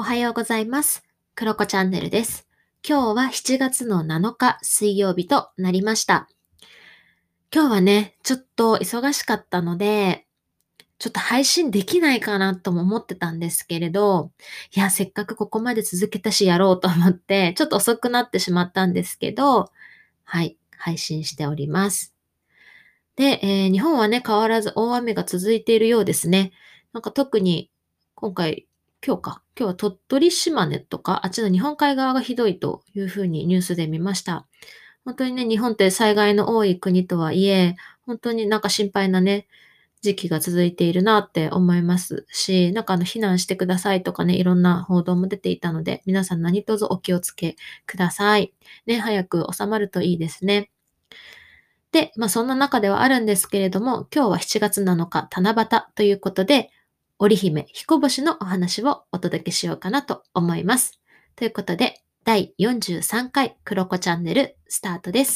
おはようございます。クロコチャンネルです。今日は7月の7日水曜日となりました。今日はね、ちょっと忙しかったので、ちょっと配信できないかなとも思ってたんですけれど、せっかくここまで続けたしやろうと思って、ちょっと遅くなってしまったんですけど、はい、配信しております。で、日本はね、変わらず大雨が続いているようですね。なんか特に今回、今日は鳥取、島根とか、あっちの日本海側がひどいというふうにニュースで見ました。本当にね、日本って災害の多い国とはいえ、本当になんか心配なね、時期が続いているなって思いますし、なんか避難してくださいとかね、いろんな報道も出ていたので、皆さん何卒お気をつけください。ね、早く収まるといいですね。で、そんな中ではあるんですけれども、今日は7月7日、七夕ということで、織姫彦星のお話をお届けしようかなと思います。ということで、第43回クロコチャンネルスタートです。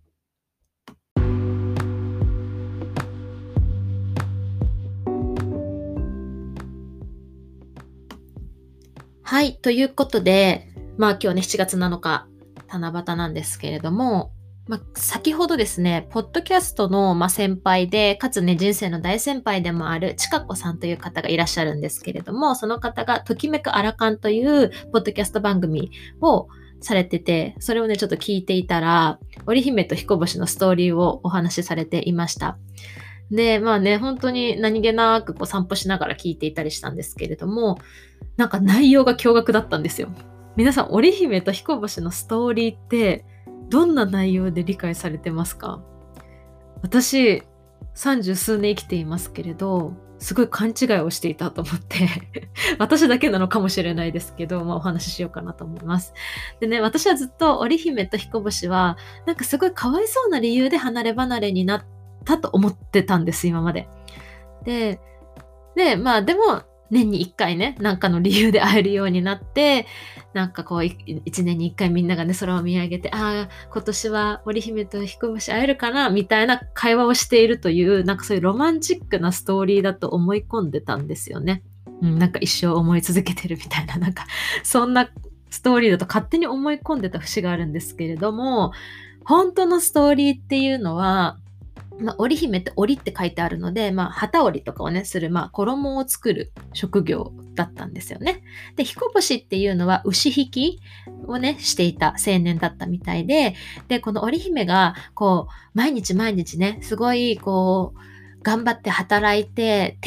はい、ということで、今日ね、7月7日、七夕なんですけれども、先ほどですね、ポッドキャストの、先輩で、かつね、人生の大先輩でもある、ちかこさんという方がいらっしゃるんですけれども、その方が、ときめくアラカンという、ポッドキャスト番組をされてて、それをね、ちょっと聞いていたら、織姫と彦星のストーリーをお話しされていました。で、本当に何気なく散歩しながら聞いていたりしたんですけれども、なんか内容が驚愕だったんですよ。皆さん、織姫と彦星のストーリーって、どんな内容で理解されてますか？私、30数年生きていますけれど、すごい勘違いをしていたと思って私だけなのかもしれないですけど、お話ししようかなと思います。でね、私はずっと織姫と彦星は、なんかすごいかわいそうな理由で離れ離れになったと思ってたんです、今まで。で、でも、年に1回ね、なんかの理由で会えるようになって、なんか1年に1回みんながね、空を見上げて、今年は織姫と彦星会えるかなみたいな会話をしているという、なんかそういうロマンチックなストーリーだと思い込んでたんですよね。なんか一生思い続けてるみたいな、なんか、そんなストーリーだと勝手に思い込んでた節があるんですけれども、本当のストーリーっていうのは、織姫って織って書いてあるので、旗織りとかをね、する、衣を作る職業だったんですよね。で、彦星っていうのは牛引きをね、していた青年だったみたいで、で、この織姫が、毎日毎日ね、すごい、頑張って働いて、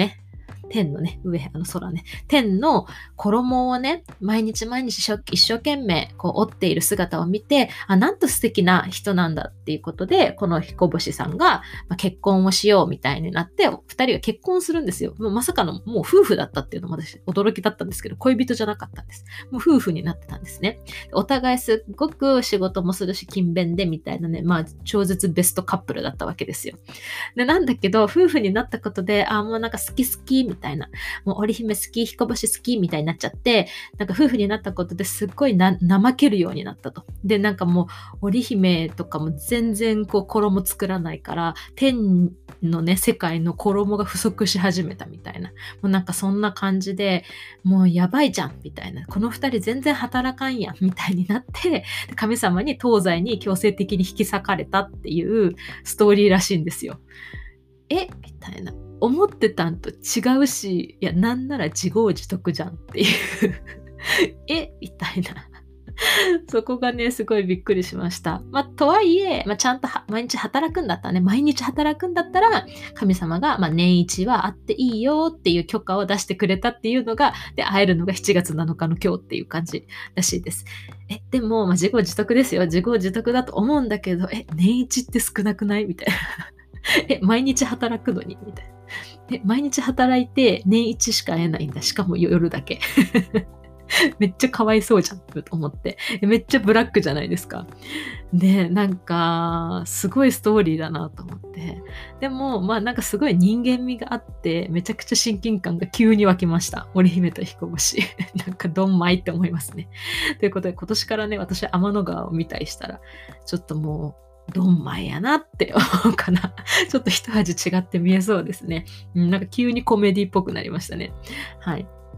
天の衣をね、毎日毎日一生懸命織っている姿を見て、なんと素敵な人なんだっていうことで、この彦星さんが、結婚をしようみたいになって、二人が結婚するんですよ。まさかのもう夫婦だったっていうのも私驚きだったんですけど、恋人じゃなかったんです。もう夫婦になってたんですね。お互いすっごく仕事もするし、勤勉でみたいなね、超絶ベストカップルだったわけですよ。で、なんだけど、夫婦になったことで、もうなんか好き好きみたいな、もう織姫好き、彦星好きみたいになっちゃって、なんか夫婦になったことですっごい怠けるようになったと。で、なんかもう織姫とかも全然衣作らないから、天のね、世界の衣が不足し始めたみたいな。もうなんかそんな感じで、もうやばいじゃんみたいな。この二人全然働かんやんみたいになって、神様に東西に強制的に引き裂かれたっていうストーリーらしいんですよ。みたいな。思ってたんと違うし、いや、なんなら自業自得じゃんっていうみたいな。そこがね、すごいびっくりしました。とはいえ、ちゃんと毎日働くんだったらね、毎日働くんだったら、神様が、年一は会っていいよっていう許可を出してくれたっていうのが、で、会えるのが7月7日の今日っていう感じらしいです。でも、自業自得ですよ。自業自得だと思うんだけど、年一って少なくないみたいな。毎日働くのにみたいな。毎日働いて年一しか会えないんだ。しかも夜だけ。めっちゃかわいそうじゃんと思って。めっちゃブラックじゃないですか。で、なんか、すごいストーリーだなと思って。でも、なんかすごい人間味があって、めちゃくちゃ親近感が急に湧きました。織姫と彦星。なんかドンマイって思いますね。ということで、今年からね、私は天の川を見たりしたら、ちょっともう、ドンマイやなって思うかな。ちょっと一味違って見えそうですね。なんか急にコメディっぽくなりましたね。はい。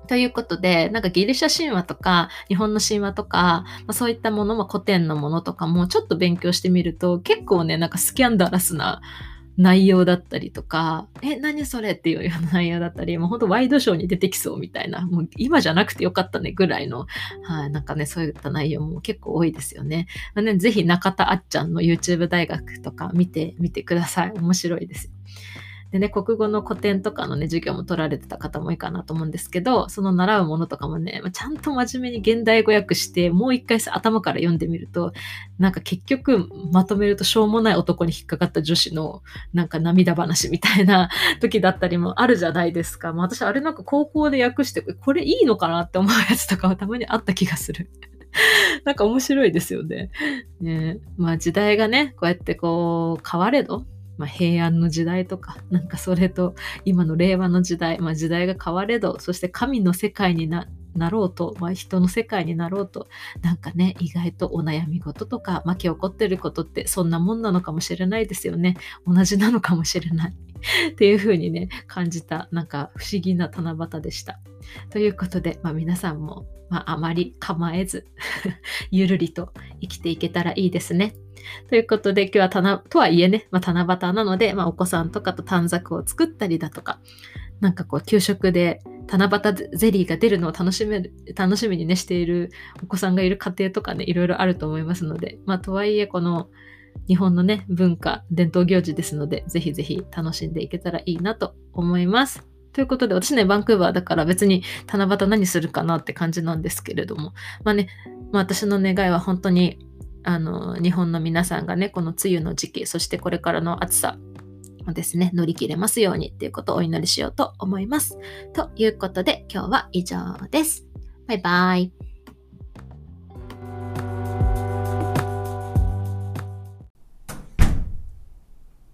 ということで、なんかギリシャ神話とか、日本の神話とか、そういったものも古典のものとかもちょっと勉強してみると、結構ね、なんかスキャンダラスな内容だったりとか、何それっていうような内容だったり、もうほんとワイドショーに出てきそうみたいな、もう今じゃなくてよかったねぐらいの、はい、なんかね、そういった内容も結構多いですよね。ぜひ中田あっちゃんの YouTube 大学とか見てみてください。面白いですよ。でね、国語の古典とかのね、授業も取られてた方も多いかなと思うんですけど、その習うものとかもね、ちゃんと真面目に現代語訳して、もう一回頭から読んでみると、なんか結局まとめるとしょうもない男に引っかかった女子のなんか涙話みたいな時だったりもあるじゃないですか。私あれなんか高校で訳して、これいいのかなって思うやつとかはたまにあった気がする。なんか面白いですよね。ね、時代がね、こうやってこう変われど、平安の時代とか、なんかそれと今の令和の時代、時代が変われど、そして神の世界になろうと、人の世界になろうと、なんかね、意外とお悩み事とか巻き起こってることってそんなもんなのかもしれないですよね。同じなのかもしれない。っていう風にね、感じた、なんか不思議な七夕でした。ということで、皆さんも、あまり構えず、ゆるりと生きていけたらいいですね。ということで、今日はとはいえね、七夕なので、お子さんとかと短冊を作ったりだとか、なんかこう、給食で七夕ゼリーが出るのを楽しみにね、しているお子さんがいる家庭とかね、いろいろあると思いますので、とはいえ、この日本のね、文化、伝統行事ですので、ぜひぜひ楽しんでいけたらいいなと思います。ということで、私ね、バンクーバーだから別に七夕何するかなって感じなんですけれども、私の願いは本当に、日本の皆さんがね、この梅雨の時期、そしてこれからの暑さをですね、乗り切れますようにっていうことをお祈りしようと思います。ということで、今日は以上です。バイバイ。